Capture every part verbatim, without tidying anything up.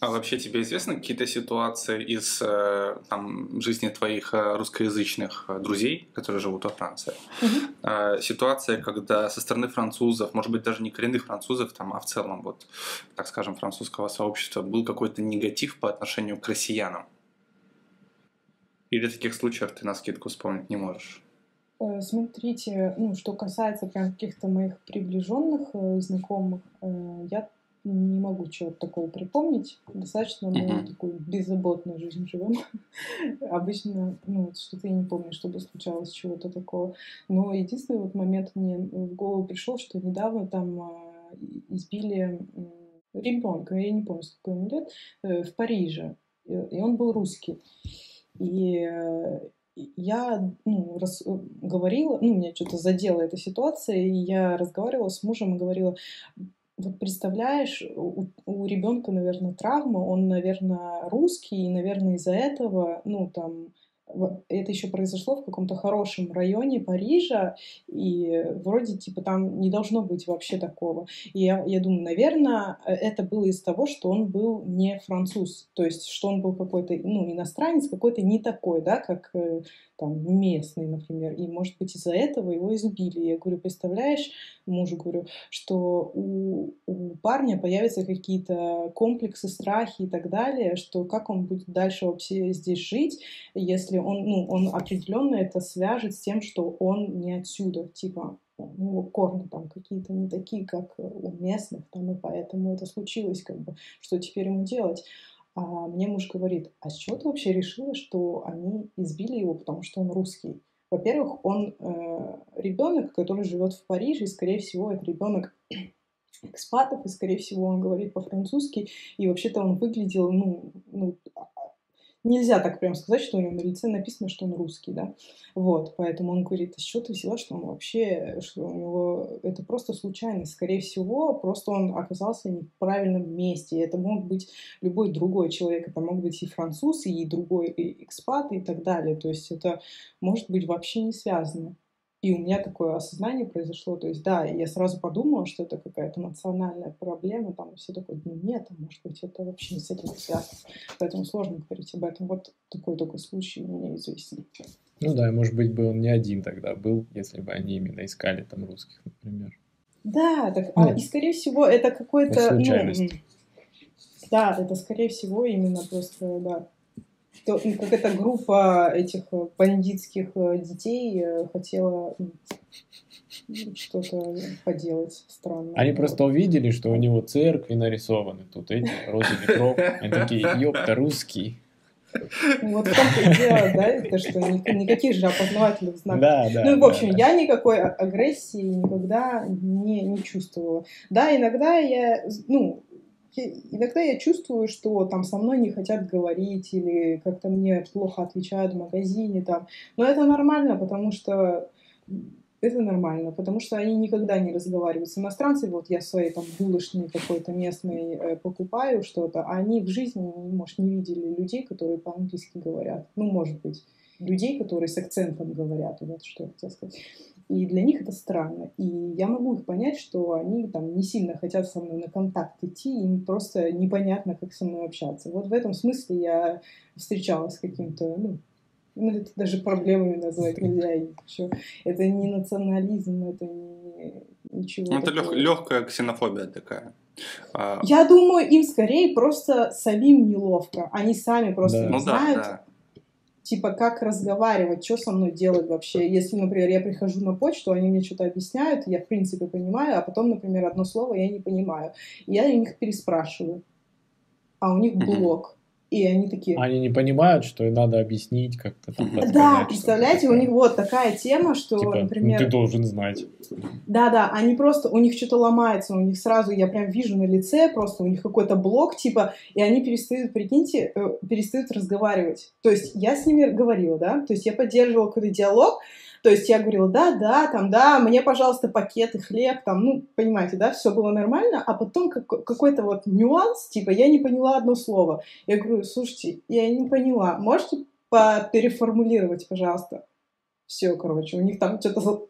А вообще тебе известны какие-то ситуации из э, там, жизни твоих э, русскоязычных э, друзей, которые живут во Франции? Мгм. Э, ситуация, когда со стороны французов, может быть, даже не коренных французов, там, а в целом, вот, так скажем, французского сообщества, был какой-то негатив по отношению к россиянам? Или таких случаев ты навскидку вспомнить не можешь? Э, Смотрите, ну, что касается прям каких-то моих приближенных э, знакомых, э, я не могу чего-то такого припомнить. Достаточно мы Мгм. такую беззаботную жизнь живем. Обычно, ну, вот что-то я не помню, чтобы случалось чего-то такого. Но единственный вот момент мне в голову пришел, что недавно там а, и- избили ребенка, я не помню, сколько ему лет, э, в Париже. И и он был русский. И э, и я, ну, рас- э, говорила, ну, меня что-то задела эта ситуация, и я разговаривала с мужем и говорила, вот представляешь, у, у ребенка, наверное, травма, он, наверное, русский, и, наверное, из-за этого, ну, там, в- это еще произошло в каком-то хорошем районе Парижа, и вроде, типа, там не должно быть вообще такого. И я, я думаю, наверное, это было из того, что он был не француз, то есть, что он был какой-то, ну, иностранец, какой-то не такой, да, как э, там местный, например, и, может быть, из-за этого его избили. Я говорю, представляешь, мужу говорю, что у, у парня появятся какие-то комплексы, страхи и так далее, что как он будет дальше вообще здесь жить, если он, ну, он определенно это свяжет с тем, что он не отсюда, типа, у него корни там какие-то не такие, как у местных, там, и поэтому это случилось, как бы, что теперь ему делать? А мне муж говорит, а с чего ты вообще решила, что они избили его, потому что он русский? Во-первых, он э, ребенок, который живет в Париже, и, скорее всего, это ребенок экспатов, и, скорее всего, он говорит по-французски, и вообще-то он выглядел, ну, ну, нельзя так прям сказать, что у него на лице написано, что он русский, да. Вот, поэтому он говорит, а с чего ты взяла, что он вообще, что у него это просто случайность. Скорее всего, просто он оказался не в правильном месте. Это мог быть любой другой человек. Это мог быть и француз, и другой и экспат, и так далее. То есть это может быть вообще не связано. И у меня такое осознание произошло. То есть, да, я сразу подумала, что это какая-то национальная проблема. Там и все такое, ну нет, а может быть, это вообще не с этим связано. Поэтому сложно говорить об этом. Вот такой только случай у меня известен. Ну да, может быть, бы он не один тогда был, если бы они именно искали там русских, например. Да, так, а, Ну, и скорее всего это какой-то, ну, случайность. м, да, это скорее всего именно просто, да, то, ну, какая-то группа этих э, бандитских э, детей э, хотела м, что-то поделать странное. Они Вот. просто увидели, что у него церкви нарисованы, тут эти розы ветров. Они такие, ёпта, русский. Ну, вот в том-то и дело, да, это что ни- никаких же опознавательных знаков. Да, да, Ну и, в да, общем, да. я никакой а- агрессии никогда не, не чувствовала. Да, иногда я, ну, я- иногда я чувствую, что там со мной не хотят говорить или как-то мне плохо отвечают в магазине там. Но это нормально, потому что это нормально, потому что они никогда не разговаривают с иностранцами. Вот я своей там булочной какой-то местной э, покупаю что-то, а они в жизни, может, не видели людей, которые по-английски говорят. Ну, может быть, людей, которые с акцентом говорят. Вот что я хотела сказать. И для них это странно. И я могу их понять, что они там не сильно хотят со мной на контакт идти, им просто непонятно, как со мной общаться. Вот в этом смысле я встречалась с каким-то, ну, ну, это даже проблемами назвать нельзя. И всё. Это не национализм, это не ничего Ну, это лег- такого. легкая ксенофобия такая. А, Я думаю, им скорее просто самим неловко. Они сами просто Да. не ну да, знают, да. типа, как разговаривать, что со мной делать вообще. Если, например, я прихожу на почту, они мне что-то объясняют, я, в принципе, понимаю, а потом, например, одно слово я не понимаю. И я у них переспрашиваю, а у них Мгм. блок. И они такие... Они не понимают, что надо объяснить, как-то там Мгм. подсказать. Да, что-то представляете, у такое. них вот такая тема, что, Типа, ну, например... ты должен знать. Да-да, они просто, у них что-то ломается, у них сразу, я прям вижу на лице, просто у них какой-то блок, типа, и они перестают, прикиньте, э, перестают разговаривать. То есть я с ними говорила, да, то есть я поддерживала какой-то диалог, то есть я говорила, да-да, там, да, мне, пожалуйста, пакеты, хлеб, там, ну, понимаете, да, все было нормально, а потом как- какой-то вот нюанс, типа, я не поняла одно слово. Я говорю, слушайте, я не поняла, можете переформулировать, пожалуйста? Все, короче, у них там что-то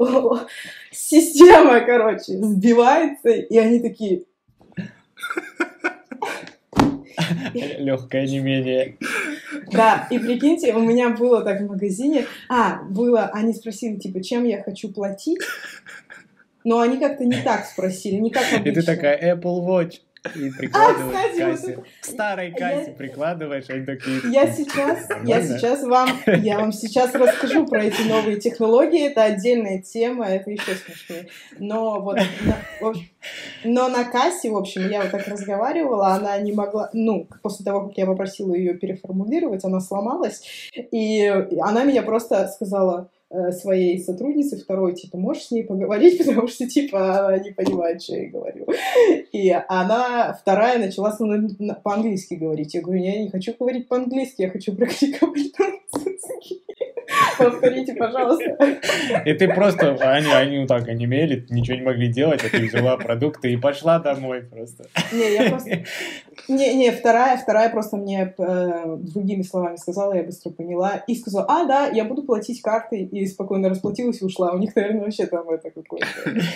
система, короче, сбивается, и они такие... Легкое не менее. Да, и прикиньте, у меня было так в магазине, а, было, они спросили, типа, чем я хочу платить, но они как-то не так спросили, не как обычно. И ты такая Apple Watch. И прикладываешь А, кстати, к кассе. вот К старой кассе я... прикладываешь, они такие... Я сейчас, я сейчас вам, я вам сейчас расскажу про эти новые технологии, это отдельная тема, это еще смешнее. Но вот, на, в общем, но на кассе, в общем, я вот так разговаривала, она не могла, ну, после того, как я попросила ее переформулировать, она сломалась, и она меня просто сказала своей сотруднице второй, типа, можешь с ней поговорить, потому что, типа, она не понимает, что я ей говорю. И она, вторая, начала со мной по-английски говорить. Я говорю, я не хочу говорить по-английски, я хочу практиковать французский. Повторите, пожалуйста. И ты просто, они, они вот так онемели, ничего не могли делать, а ты взяла продукты и пошла домой просто. Не, я просто... Не, не, вторая, вторая просто мне э, другими словами сказала, я быстро поняла, и сказала, а, да, я буду платить картой, и спокойно расплатилась и ушла. У них, наверное, вообще там это какое-то...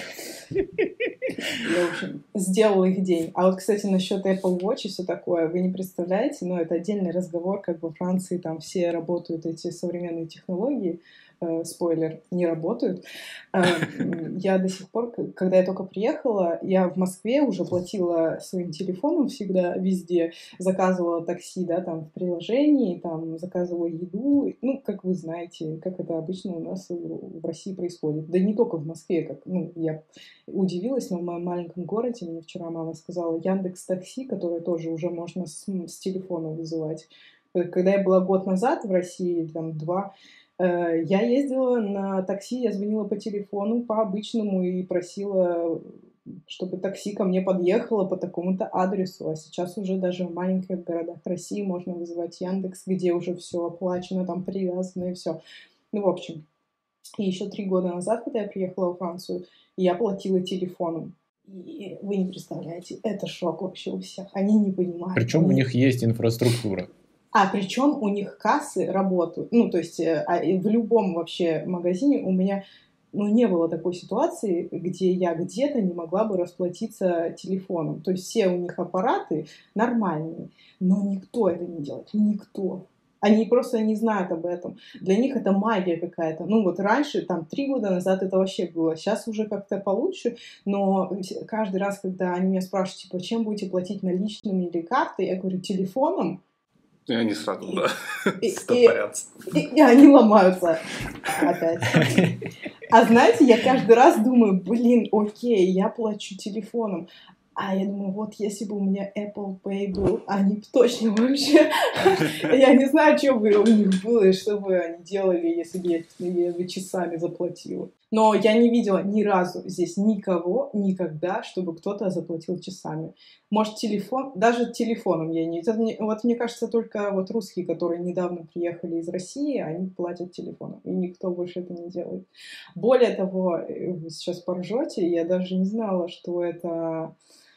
Я, в общем, сделала их день. А вот, кстати, насчет Apple Watch и все такое, вы не представляете, но это отдельный разговор, как во Франции там все работают эти современные технологии, э, спойлер, не работают. Э, я до сих пор, когда я только приехала, я в Москве уже платила своим телефоном всегда, везде, заказывала такси, да, там, в приложении, там, заказывала еду, ну, как вы знаете, как это обычно у нас в России происходит. Да не только в Москве, как, ну, я удивилась, но в моем маленьком городе мне вчера мама сказала Яндекс.Такси, которое тоже уже можно с, с телефона вызывать. Когда я была год назад в России, там, два, э, я ездила на такси, я звонила по телефону, по обычному, и просила, чтобы такси ко мне подъехало по такому-то адресу. А сейчас уже даже в маленьких городах России можно вызывать Яндекс, где уже все оплачено, там привязано и все. Ну, в общем. И еще три года назад, когда я приехала во Францию, я платила телефоном. И вы не представляете, это шок вообще у всех. Они не понимают. Причем у них есть инфраструктура. А причем у них кассы работают. Ну, то есть а, в любом вообще магазине у меня ну, не было такой ситуации, где я где-то не могла бы расплатиться телефоном. То есть все у них аппараты нормальные, но никто это не делает. Никто. Они просто не знают об этом. Для них это магия какая-то. Ну вот раньше, там, три года назад это вообще было. Сейчас уже как-то получше, но каждый раз, когда они меня спрашивают, типа, чем будете платить, наличными или картой, я говорю, телефоном. И они сразу, и, да, и, стопорятся. И, и, и они ломаются опять. А знаете, я каждый раз думаю, блин, окей, я плачу телефоном. А я думаю, вот если бы у меня Apple Pay был, они бы точно вообще... Я не знаю, что бы у них было, и что бы они делали, если бы я бы часами заплатила. Но я не видела ни разу здесь никого, никогда, чтобы кто-то заплатил часами. Может, телефон... Даже телефоном я не... Вот мне кажется, только вот русские, которые недавно приехали из России, они платят телефоном. И никто больше это не делает. Более того, вы сейчас поржете, я даже не знала, что это...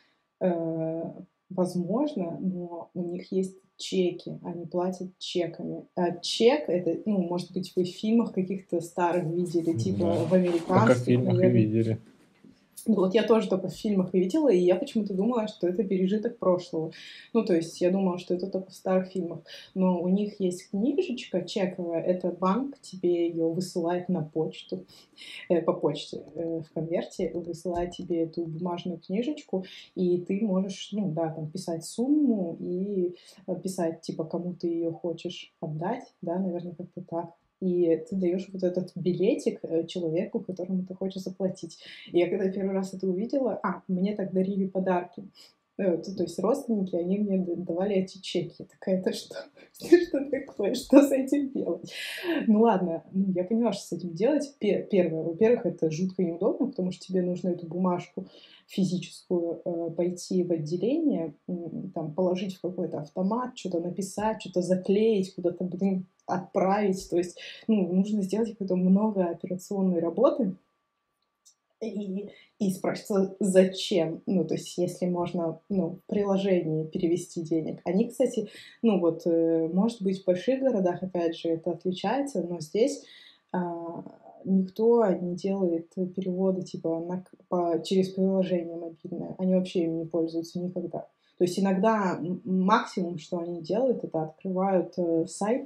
возможно, но у них есть чеки, они платят чеками. А чек, это, ну, может быть, вы в фильмах каких-то старых видели, типа да. В американских. Только в фильмах наверное. И видели. Вот я тоже только в фильмах и видела, и я почему-то думала, что это пережиток прошлого. Ну, то есть я думала, что это только в старых фильмах. Но у них есть книжечка чековая, это банк тебе ее высылает на почту, э, по почте, э, в конверте, высылает тебе эту бумажную книжечку, и ты можешь, ну, да, там, писать сумму и писать, типа, кому ты ее хочешь отдать, да, наверное, как-то так. И ты даешь вот этот билетик человеку, которому ты хочешь заплатить. И я когда первый раз это увидела, а, мне так дарили подарки. То, то есть родственники, они мне давали эти чеки. Я такая, это что? Что такое? Что с этим делать? Ну ладно, ну, я поняла, что с этим делать. Первое, во-первых, это жутко неудобно, потому что тебе нужно эту бумажку физическую э, пойти в отделение, э, там, положить в какой-то автомат, что-то написать, что-то заклеить, куда-то, блин, отправить. То есть, ну, нужно сделать какое-то много операционной работы. И, и спрашивается, зачем? Ну, то есть, если можно, ну, в приложении перевести денег. Они, кстати, ну, вот, э, может быть, в больших городах, опять же, это отличается, но здесь э, никто не делает переводы, типа, на, по, через приложение мобильное. Они вообще им не пользуются никогда. То То есть иногда максимум, что они делают, это открывают э, сайт,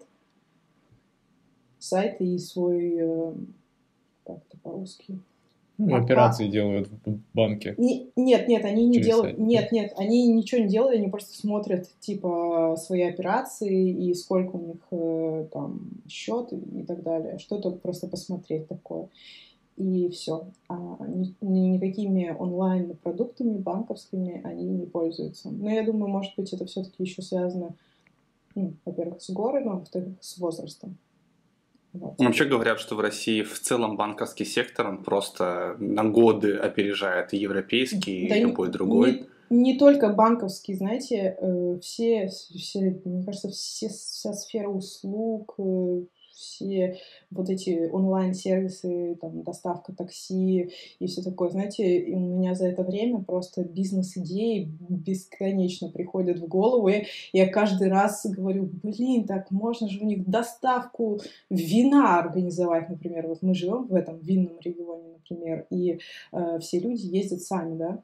сайт и свой, э, как это по-русски? Ну, операции делают в банке. Не, нет, нет, они не Через делают, сайт. нет, нет, они ничего не делают, они просто смотрят, типа, свои операции и сколько у них э, там счет и так далее. Что-то просто посмотреть такое. И все. А ни, ни- никакими онлайн-продуктами банковскими они не пользуются. Но я думаю, может быть, это все-таки еще связано, ну, во-первых, с городом, а во-вторых, с возрастом. Вот. Вообще говорят, что в России в целом банковский сектор, он просто на годы опережает и европейский, Да и не, любой другой. не, не только банковский, знаете, э, все, все, мне кажется, все, вся сфера услуг, э, все вот эти онлайн-сервисы, там, доставка такси и все такое, знаете, и у меня за это время просто бизнес-идеи бесконечно приходят в голову, и я каждый раз говорю, блин, так можно же у них доставку вина организовать, например, вот мы живем в этом винном регионе, например, и э, все люди ездят сами, да,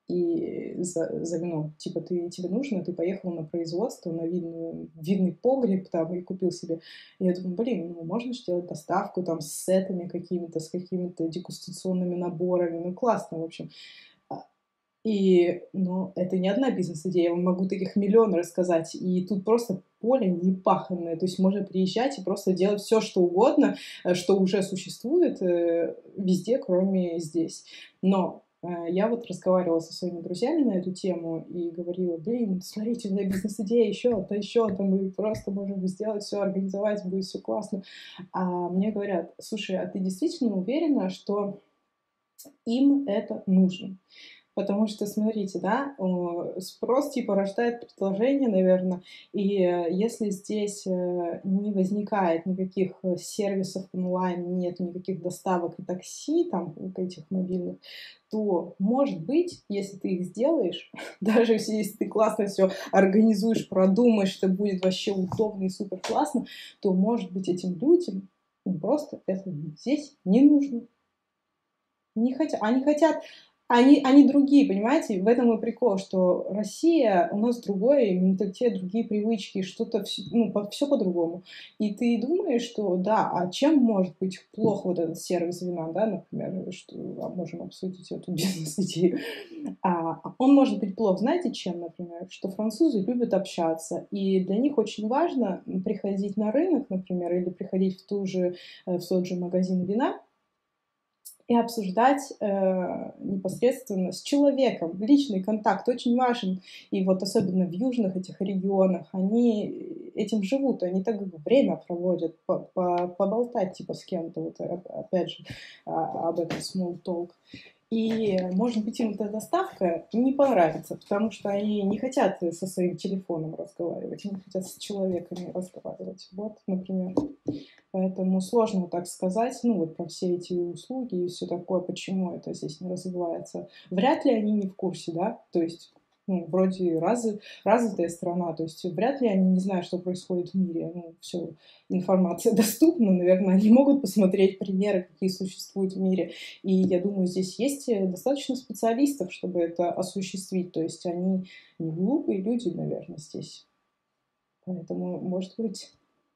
и за, за вином. Типа, ты, тебе нужно, ты поехал на производство, на винную, винный погреб там и купил себе. И я думаю, блин, ну можно же делать доставку там с сетами какими-то, с какими-то дегустационными наборами. Ну классно, в общем. А, И, ну, это не одна бизнес-идея, я вам могу таких миллион рассказать. И тут просто поле непаханное. То есть можно приезжать и просто делать все, что угодно, э, что уже существует э, везде, кроме здесь. Но э, я вот разговаривала со своими друзьями на эту тему и говорила, блин, смотрите, у меня бизнес-идея, еще, то еще, там мы просто можем сделать все, организовать, будет все классно. А мне говорят, слушай, а ты действительно уверена, что им это нужно? Потому что, смотрите, да, э, спрос типа рождает предложение, наверное, и э, если здесь э, не возникает никаких э, сервисов онлайн, нет никаких доставок и такси, там, этих мобильных, то, может быть, если ты их сделаешь, даже если, если ты классно все организуешь, продумаешь, это будет вообще удобно и супер классно, то, может быть, этим людям им просто это здесь не нужно. Не хотят. Они хотят, они, они другие, понимаете? В этом и прикол, что Россия, у нас другой менталитет, другие привычки, что-то, вс- ну, все по-другому. И ты думаешь, что да, а чем может быть плохо вот этот сервис вина, да, например, что а можем обсудить эту бизнес-идею. А, он может быть плох, знаете, чем, например? Что французы любят общаться, и для них очень важно приходить на рынок, например, или приходить в, ту же, э, в тот же магазин вина, и обсуждать э, непосредственно с человеком. Личный контакт очень важен. И вот особенно в южных этих регионах они этим живут, они так время проводят, по- по- поболтать типа с кем-то, вот, опять же, а, об этом small talk. И, может быть, им эта доставка не понравится, потому что они не хотят со своим телефоном разговаривать, они хотят с человеками разговаривать. Вот, например. Поэтому сложно так сказать, ну вот про все эти услуги и все такое, почему это здесь не развивается. Вряд ли они не в курсе, да, то есть ну, вроде раз, развитая страна, то есть вряд ли они не знают, что происходит в мире. Ну, все, информация доступна, наверное, они могут посмотреть примеры, какие существуют в мире. И я думаю, здесь есть достаточно специалистов, чтобы это осуществить. То есть они не глупые люди, наверное, здесь. Поэтому, может быть...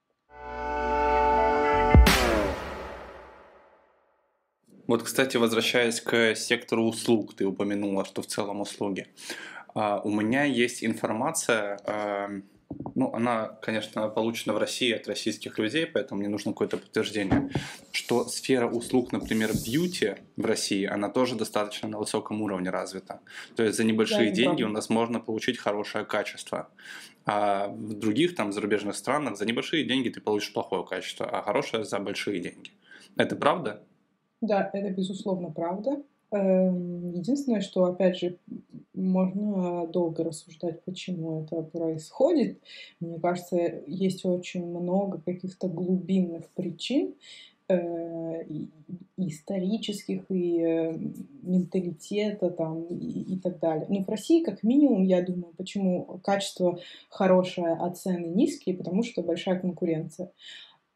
Вот, кстати, возвращаясь к сектору услуг, ты упомянула, что в целом услуги. А, у меня есть информация, а, ну, она, конечно, получена в России от российских людей, поэтому мне нужно какое-то подтверждение, что сфера услуг, например, бьюти в России, она тоже достаточно на высоком уровне развита. То есть за небольшие Да, деньги неправда. у нас можно получить хорошее качество. А в других там зарубежных странах за небольшие деньги ты получишь плохое качество, а хорошее за большие деньги. Это правда? Да, это безусловно правда. Эм, Единственное, что, опять же, можно долго рассуждать, почему это происходит. Мне кажется, есть очень много каких-то глубинных причин, э, и- и исторических, и э, менталитета там, и, и так далее. Но в России, как минимум, я думаю, почему качество хорошее, а цены низкие, потому что большая конкуренция.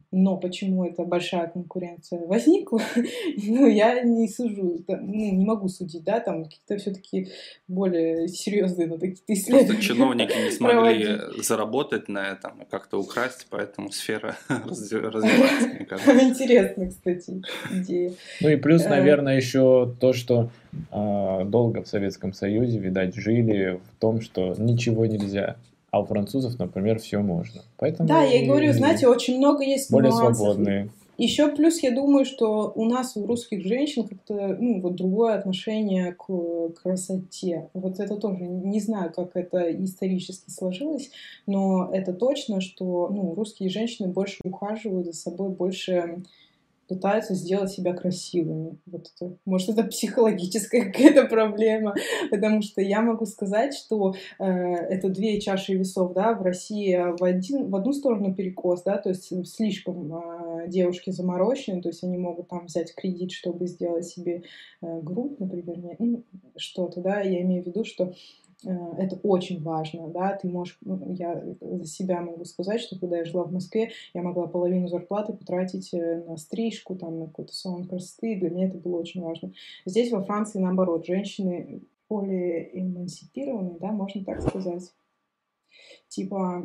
Но почему эта большая конкуренция возникла, ну, я не сужу, ну, не могу судить, да, там какие-то все-таки более серьезные надо какие-то исследования Просто чиновники не смогли проводить. заработать на этом и как-то украсть, поэтому сфера развивается, мне кажется. Интересно, кстати, идея. Ну и плюс, наверное, еще то, что э, долго в Советском Союзе, видать, жили в том, что ничего нельзя. А у французов, например, все можно. Поэтому Да, я и говорю, знаете, очень много есть более нюансов. свободные. Еще плюс, я думаю, что у нас, у русских женщин, как-то, ну, вот другое отношение к красоте. Вот это тоже, не знаю, как это исторически сложилось, но это точно, что, ну, русские женщины больше ухаживают за собой, больше пытаются сделать себя красивыми. Вот это, может, это психологическая какая-то проблема, потому что я могу сказать, что э, это две чаши весов, да, в России в, один, в одну сторону перекос, да, то есть слишком э, девушки заморочены, то есть они могут там взять кредит, чтобы сделать себе э, грудь, например, не, ну, что-то, да, я имею в виду, что это очень важно, да, ты можешь, я за себя могу сказать, что когда я жила в Москве, я могла половину зарплаты потратить на стрижку, там, на какой-то салон красоты, для меня это было очень важно. Здесь, во Франции, наоборот, женщины более эмансипированы, да, можно так сказать. Типа,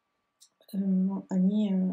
они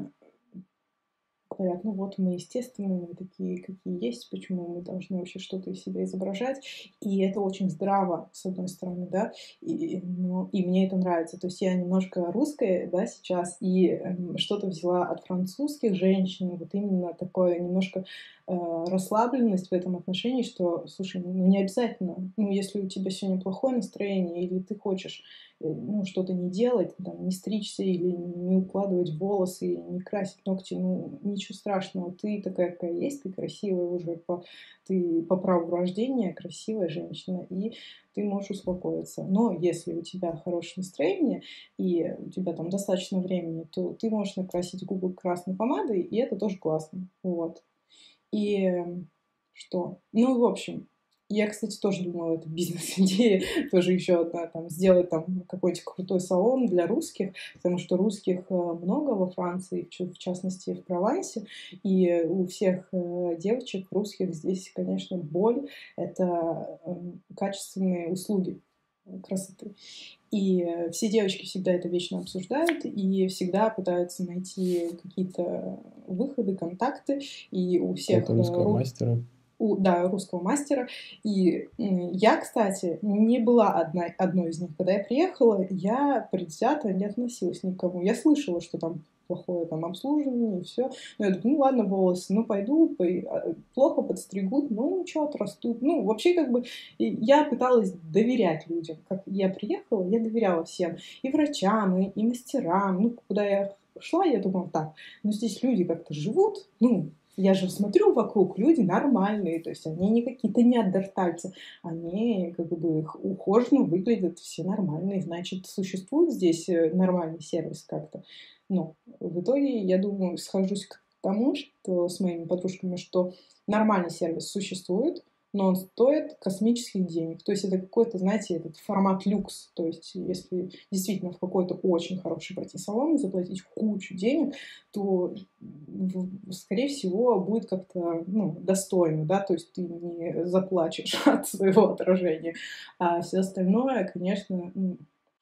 говорят, ну вот мы естественные, мы такие, какие есть, почему мы должны вообще что-то из себя изображать, и это очень здраво, с одной стороны, да, и, ну, и мне это нравится, то есть я немножко русская, да, сейчас, и э, что-то взяла от французских женщин, вот именно такое немножко э, расслабленность в этом отношении, что, слушай, ну не обязательно, ну если у тебя сегодня плохое настроение, или ты хочешь ну, что-то не делать, там, не стричься или не укладывать волосы, или не красить ногти, ну, ничего страшного. Ты такая, какая есть, ты красивая уже, по, ты по праву рождения красивая женщина, и ты можешь успокоиться. Но если у тебя хорошее настроение, и у тебя там достаточно времени, то ты можешь накрасить губы красной помадой, и это тоже классно. Вот. И что? Ну, в общем, я, кстати, тоже думала, это бизнес-идея, тоже еще одна, там, сделать там какой-нибудь крутой салон для русских, потому что русских много во Франции, в частности, в Провансе, и у всех девочек русских здесь, конечно, боль — это качественные услуги красоты. И все девочки всегда это вечно обсуждают и всегда пытаются найти какие-то выходы, контакты, и у всех... русского ру... мастера. У, да, русского мастера. И я, кстати, не была одна, одной из них. Когда я приехала, я предвзято не относилась ни к кому. Я слышала, что там плохое там обслуживание и все. Но я думаю, ну ладно, волосы, ну пойду, по... плохо подстригут, ну ничего, отрастут. Ну, вообще, как бы, я пыталась доверять людям. Как я приехала, я доверяла всем. И врачам, и, и мастерам. Ну, куда я шла, я думала, так, ну здесь люди как-то живут, ну, я же смотрю вокруг, люди нормальные, то есть они не какие-то неандертальцы, они как бы ухоженно выглядят, все нормальные, значит, существует здесь нормальный сервис как-то. Но в итоге, я думаю, схожусь к тому, что с моими подружками, что нормальный сервис существует, но он стоит космических денег. То есть это какой-то, знаете, этот формат люкс. То есть если действительно в какой-то очень хороший пойти салон и заплатить кучу денег, то, скорее всего, будет как-то ну, достойно, да, то есть ты не заплачешь от своего отражения. А все остальное, конечно, ну,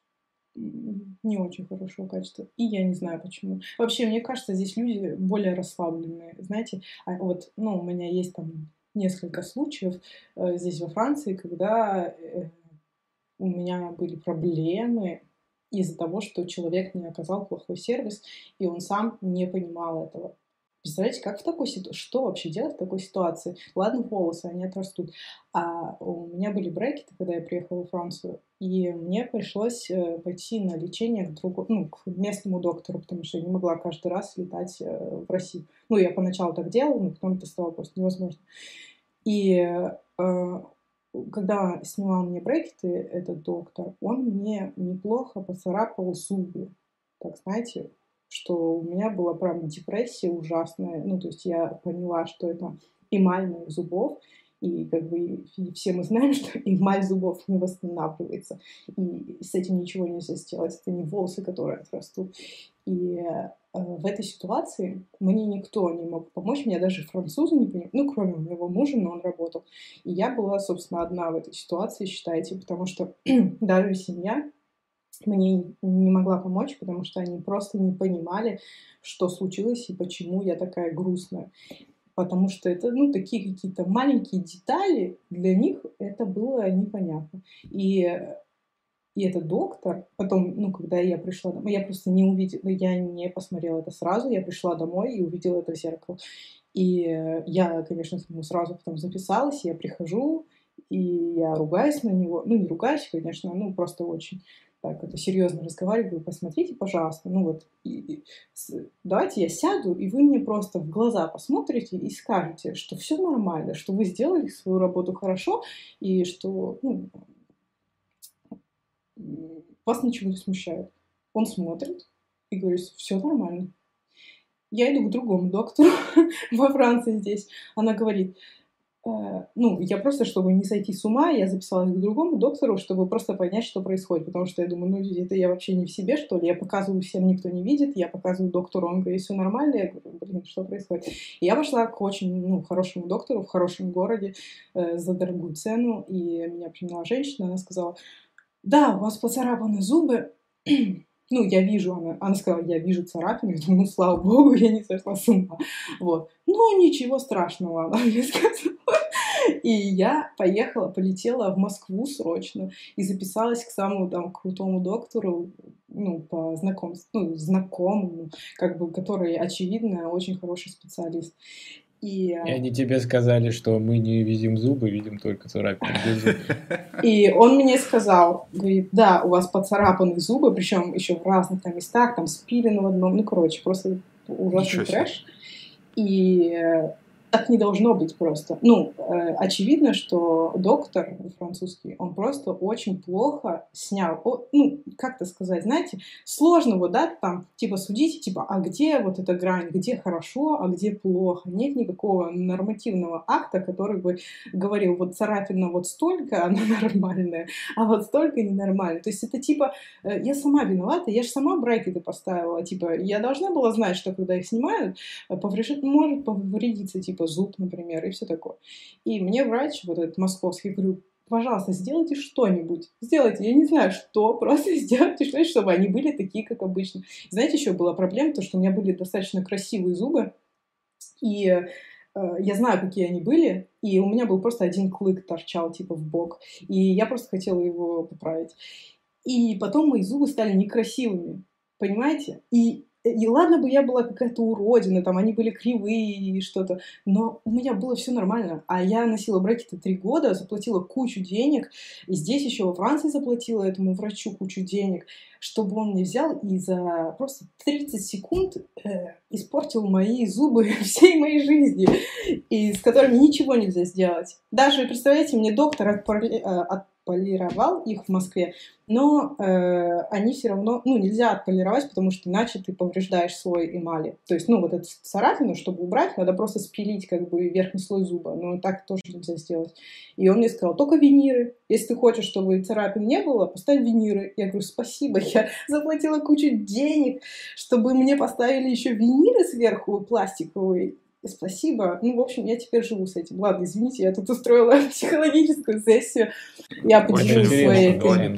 не очень хорошего качества. И я не знаю почему. Вообще, мне кажется, здесь люди более расслабленные. Знаете, а вот, ну, у меня есть там несколько случаев э, здесь во Франции, когда э, у меня были проблемы из-за того, что человек мне оказал плохой сервис, и он сам не понимал этого. Представляете, как в такой ситуации, что вообще делать в такой ситуации? Ладно, волосы, они отрастут. А у меня были брекеты, когда я приехала во Францию, и мне пришлось пойти на лечение к, другу, ну, к местному доктору, потому что я не могла каждый раз летать в Россию. Ну, я поначалу так делала, но потом это стало просто невозможно. И э, когда снимал мне брекеты этот доктор, он мне неплохо поцарапал зубы. Так, знаете, что у меня была прям депрессия ужасная. Ну, то есть я поняла, что это эмаль моих зубов. И как бы все мы знаем, что эмаль зубов не восстанавливается. И с этим ничего нельзя сделать. Это не волосы, которые отрастут. И э, в этой ситуации мне никто не мог помочь, меня даже французы не понимали, ну, кроме моего мужа, но он работал. И я была, собственно, одна в этой ситуации, считайте, потому что даже семья мне не могла помочь, потому что они просто не понимали, что случилось и почему я такая грустная. Потому что это, ну, такие какие-то маленькие детали, для них это было непонятно. И, и этот доктор, потом, ну, когда я пришла домой, я просто не увидела, я не посмотрела это сразу, я пришла домой и увидела это в зеркало. И я, конечно, ему сразу потом записалась, я прихожу, и я ругаюсь на него, ну, не ругаюсь, конечно, ну, просто очень так это серьезно разговариваю, посмотрите, пожалуйста, ну вот, и, и, с, давайте я сяду, и вы мне просто в глаза посмотрите и скажете, что все нормально, что вы сделали свою работу хорошо, и что, ну, вас ничего не смущает. Он смотрит и говорит, все нормально. Я иду к другому доктору во Франции здесь. Она говорит, ну, я просто, чтобы не сойти с ума, я записалась к другому доктору, чтобы просто понять, что происходит. Потому что я думаю, ну, это я вообще не в себе, что ли? Я показываю всем, никто не видит. Я показываю доктору, он говорит, все нормально. Я говорю, блин, что происходит? И я пошла к очень, ну, хорошему доктору в хорошем городе э, за дорогую цену. И меня приняла женщина, она сказала, да, у вас поцарапаны зубы. Ну, я вижу, она, она сказала, я вижу царапины. Я думаю, ну, слава богу, я не сошла с ума. Вот. Ну, ничего страшного, она мне сказала. И я поехала, полетела в Москву срочно и записалась к самому там крутому доктору, ну, по знакомству, ну, знакомому, как бы, который, очевидно, очень хороший специалист. И, и они тебе сказали, что мы не видим зубы, видим только царапины. И он мне сказал, говорит, да, у вас поцарапаны зубы, причем еще в разных там местах, там спилен в одном, ну, короче, просто ужасный трэш. И так не должно быть просто. Ну, э, очевидно, что доктор французский, он просто очень плохо снял. О, ну, как это сказать, знаете, сложно вот, да, там, типа, судить, типа, а где вот эта грань, где хорошо, а где плохо. Нет никакого нормативного акта, который бы говорил, вот царапина вот столько, она нормальная, а вот столько ненормальная. То есть это типа, э, я сама виновата, я же сама брекеты поставила, типа, я должна была знать, что когда их снимают, поврежит, может повредиться, типа, зуб, например, и все такое. И мне врач, вот этот московский, говорю, пожалуйста, сделайте что-нибудь. Сделайте, я не знаю, что, просто сделайте что-нибудь, чтобы они были такие, как обычно. И знаете, еще была проблема, то, что у меня были достаточно красивые зубы, и э, я знаю, какие они были, и у меня был просто один клык торчал, типа, в бок, и я просто хотела его поправить. И потом мои зубы стали некрасивыми, понимаете? И И ладно бы я была какая-то уродина, там они были кривые и что-то, но у меня было все нормально. А я носила брекеты три года, заплатила кучу денег, и здесь еще во Франции заплатила этому врачу кучу денег, чтобы он мне взял и за просто тридцать секунд э, испортил мои зубы всей моей жизни, и с которыми ничего нельзя сделать. Даже, представляете, мне доктор отпорли, от полировал их в Москве, но э, они все равно, ну, нельзя отполировать, потому что иначе ты повреждаешь слой эмали. То есть, ну, вот эту царапину, чтобы убрать, надо просто спилить, как бы, верхний слой зуба, но так тоже нельзя сделать. И он мне сказал, только виниры. Если ты хочешь, чтобы царапин не было, поставь виниры. Я говорю, спасибо, я заплатила кучу денег, чтобы мне поставили еще виниры сверху пластиковые. Спасибо. Ну, в общем, я теперь живу с этим. Ладно, извините, я тут устроила психологическую сессию. Я поделюсь своей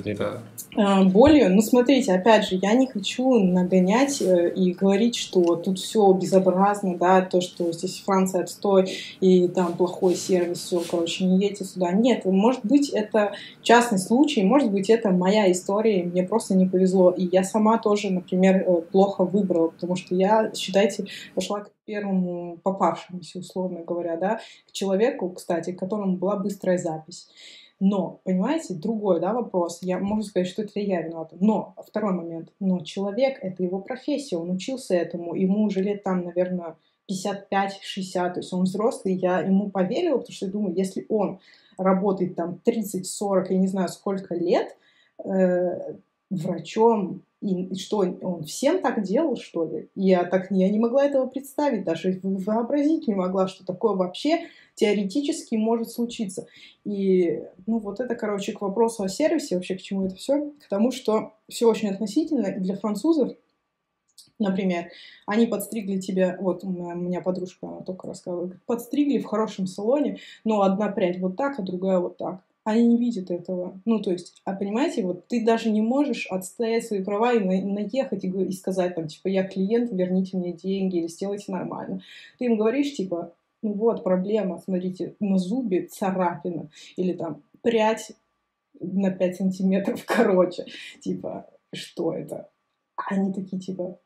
болью. Ну, смотрите, опять же, я не хочу нагонять и говорить, что тут все безобразно, да, то, что здесь Франция отстой и там плохой сервис, все, короче, не едьте сюда. Нет, может быть, это частный случай, может быть, это моя история, мне просто не повезло. И я сама тоже, например, плохо выбрала, потому что я, считайте, пошла к первому попавшемуся, условно говоря, да, к человеку, кстати, к которому была быстрая запись. Но, понимаете, другой, да, вопрос. Я могу сказать, что это я виновата. Но, второй момент. Но человек, это его профессия, он учился этому, ему уже лет там, наверное, пятьдесят пять шестьдесят, то есть он взрослый, я ему поверила, потому что я думаю, если он работает там тридцать сорок, я не знаю, сколько лет, э, врачом, и что, он всем так делал, что ли? Я так я не могла этого представить, даже вообразить не могла, что такое вообще теоретически может случиться. И, ну, вот это, короче, к вопросу о сервисе, вообще к чему это все? К тому, что все очень относительно, и для французов Например, они подстригли тебя, вот у меня, у меня подружка, она только рассказывала, говорит, подстригли в хорошем салоне, но одна прядь вот так, а другая вот так. Они не видят этого. Ну, то есть, а понимаете, вот ты даже не можешь отстоять свои права и на- наехать и, го- и сказать, там, типа, я клиент, верните мне деньги или сделайте нормально. Ты им говоришь, типа, ну вот проблема, смотрите, на зубе царапина или там прядь на пять сантиметров короче. Типа, что это? А они такие, типа,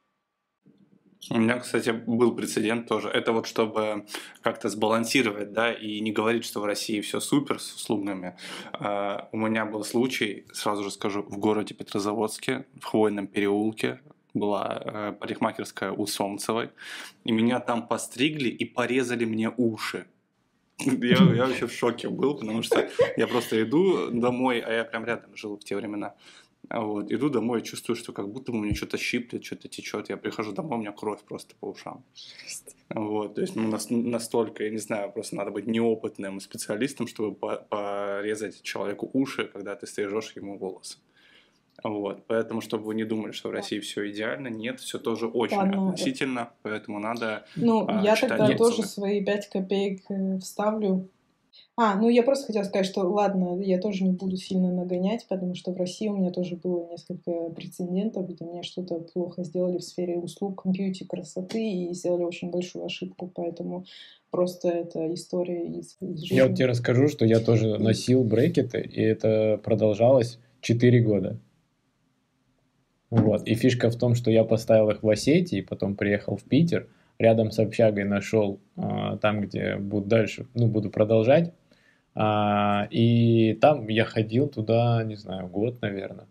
У меня, кстати, был прецедент тоже. Это вот чтобы как-то сбалансировать, да, и не говорить, что в России все супер с услугами. А, у меня был случай, сразу же скажу, в городе Петрозаводске, в Хвойном переулке была э, парикмахерская у Солнцевой, и меня там постригли и порезали мне уши. Я, я вообще в шоке был, потому что я просто иду домой, а я прям рядом жил в те времена. А Вот, иду домой, чувствую, что как будто бы у меня что-то щиплет, что-то течет. Я прихожу домой, у меня кровь просто по ушам. Вот, то есть ну, нас- настолько, я не знаю, просто надо быть неопытным специалистом, чтобы по- порезать человеку уши, когда ты стрижешь ему волосы. Вот, поэтому, чтобы вы не думали, что в России все идеально, нет, все тоже очень ладно. относительно, поэтому надо Ну, а, я читать тогда тоже отзывы. свои пять копеек э, вставлю. А, ну я просто хотела сказать, что ладно, я тоже не буду сильно нагонять, потому что в России у меня тоже было несколько прецедентов, где мне что-то плохо сделали в сфере услуг, бьюти, красоты и сделали очень большую ошибку, поэтому просто это история из, из Я вот жизни. тебе расскажу, что я тоже И носил брекеты, и это продолжалось четыре года. Вот. И фишка в том, что я поставил их в Осетии, потом приехал в Питер, рядом с общагой нашел а, там, где буду дальше, ну, буду продолжать. А, и там я ходил туда, не знаю, год, наверное.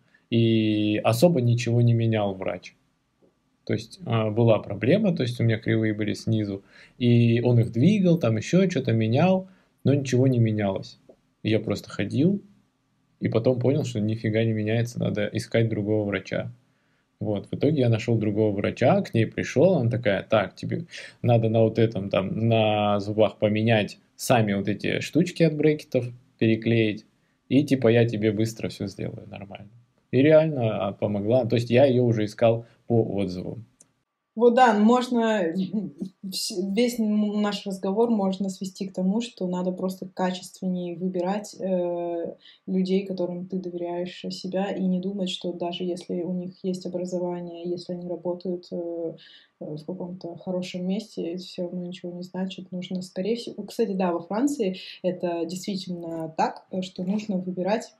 И особо ничего не менял врач. То есть а, была проблема, то есть у меня кривые были снизу, и он их двигал, там еще что-то менял, но ничего не менялось. И я просто ходил, и потом понял, что нифига не меняется, надо искать другого врача. Вот, в итоге я нашел другого врача, к ней пришел, она такая, так, тебе надо на вот этом там, на зубах поменять сами вот эти штучки от брекетов, переклеить, и типа я тебе быстро все сделаю нормально. И реально а, помогла, то есть я ее уже искал по отзывам. вот да, можно м, вс- весь м- наш разговор можно свести к тому, что надо просто качественнее выбирать э, людей, которым ты доверяешь себя, и не думать, что даже если у них есть образование, если они работают э, э, в каком-то хорошем месте, это все равно ничего не значит. Нужно, скорее всего, кстати, да, во Франции это действительно так, э, что нужно выбирать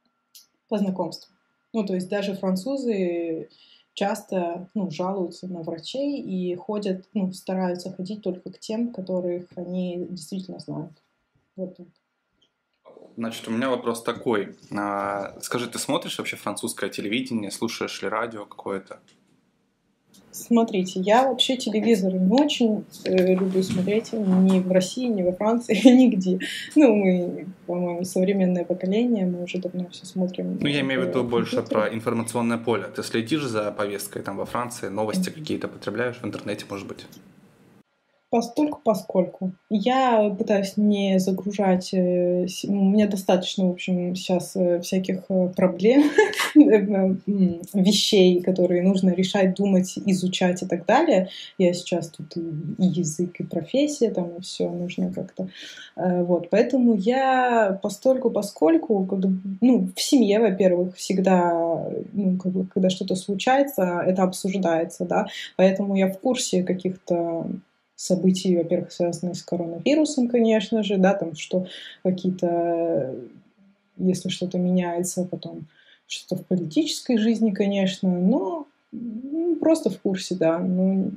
по знакомству. Ну, то есть даже французы часто ну, жалуются на врачей и ходят, ну, стараются ходить только к тем, которых они действительно знают. Вот так. Значит, у меня вопрос такой. А, Скажи, ты смотришь вообще французское телевидение, слушаешь ли радио какое-то? Смотрите, я вообще телевизор не очень э, люблю смотреть ни в России, ни во Франции, нигде. Ну, мы, по-моему, современное поколение, мы уже давно все смотрим Ну, я имею в виду в больше компьютере. про информационное поле. Ты следишь за повесткой там во Франции, новости какие-то потребляешь в интернете, может быть? Постольку, поскольку. Я пытаюсь не загружать... э, с- У меня достаточно, в общем, сейчас э, всяких э, проблем, э, м, вещей, которые нужно решать, думать, изучать и так далее. Я сейчас тут и и язык, и профессия, там, и все нужно как-то. Э, Вот, поэтому я постольку, поскольку, как бы, ну, в семье, во-первых, всегда, ну, как бы, когда что-то случается, это обсуждается, да, поэтому я в курсе каких-то событий, во-первых, связанных с коронавирусом, конечно же, да, там что какие-то, если что-то меняется, потом что-то в политической жизни, конечно, но ну, просто в курсе, да. Ну,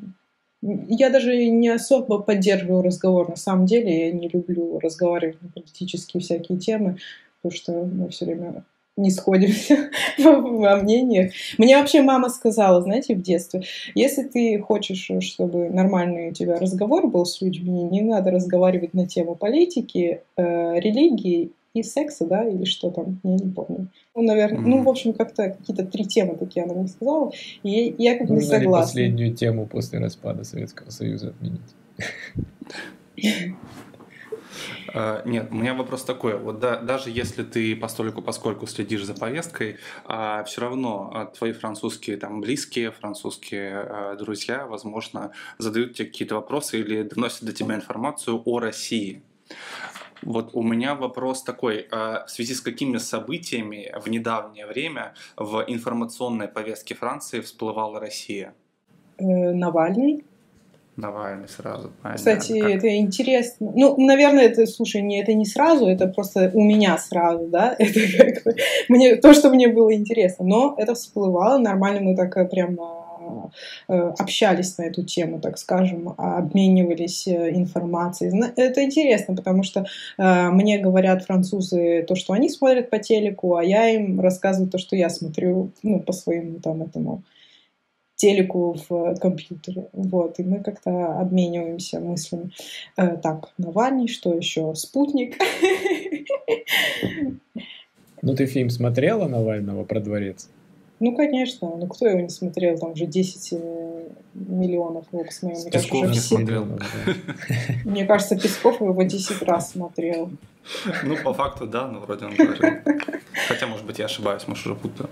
я даже не особо поддерживаю разговор. На самом деле я не люблю разговаривать на политические всякие темы, потому что мы все время не сходимся во мнениях. Мне вообще мама сказала, знаете, в детстве, если ты хочешь, чтобы нормальный у тебя разговор был с людьми, не надо разговаривать на тему политики, э, религии и секса, да, или что там, я не помню. Ну, наверное, ну, в Мгм. общем, как-то какие-то три темы такие она мне сказала, и я как бы Нужно ли согласна. последнюю тему после распада Советского Союза отменить? А, Нет, у меня вопрос такой. Вот да- даже если ты постольку поскольку следишь за повесткой, а, все равно а, твои французские там близкие, французские а, друзья, возможно, задают тебе какие-то вопросы или доносят до тебя информацию о России. Вот у меня вопрос такой. а В связи с какими событиями в недавнее время в информационной повестке Франции всплывала Россия? Э, Навальный. Навальный сразу, Кстати, понятно. Как? это интересно. Ну, наверное, это, слушай, не, это не сразу, это просто у меня сразу, да, это как бы мне, то, что мне было интересно, но это всплывало, нормально мы так э, прям а, э, общались на эту тему, так скажем, обменивались э, информацией. Зна- Это интересно, потому что э, мне говорят французы то, что они смотрят по телеку, а я им рассказываю то, что я смотрю, ну, по своему там этому телеку в компьютере. Вот, и мы как-то обмениваемся мыслями. Э, так, Навальный, что еще? Спутник. Ну, ты фильм смотрела Навального про дворец? Ну, конечно. Ну, кто его не смотрел? Там уже десять э, миллионов его посмотрел. Мне кажется, Песков уже не все. смотрел. Мне кажется, Песков его десять раз смотрел. Ну, по факту, да, но вроде он говорил. Хотя, может быть, я ошибаюсь, может, уже путаю.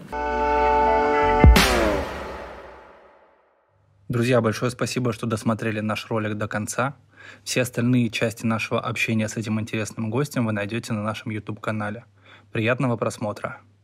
Друзья, большое спасибо, что досмотрели наш ролик до конца. Все остальные части нашего общения с этим интересным гостем вы найдете на нашем YouTube-канале. Приятного просмотра!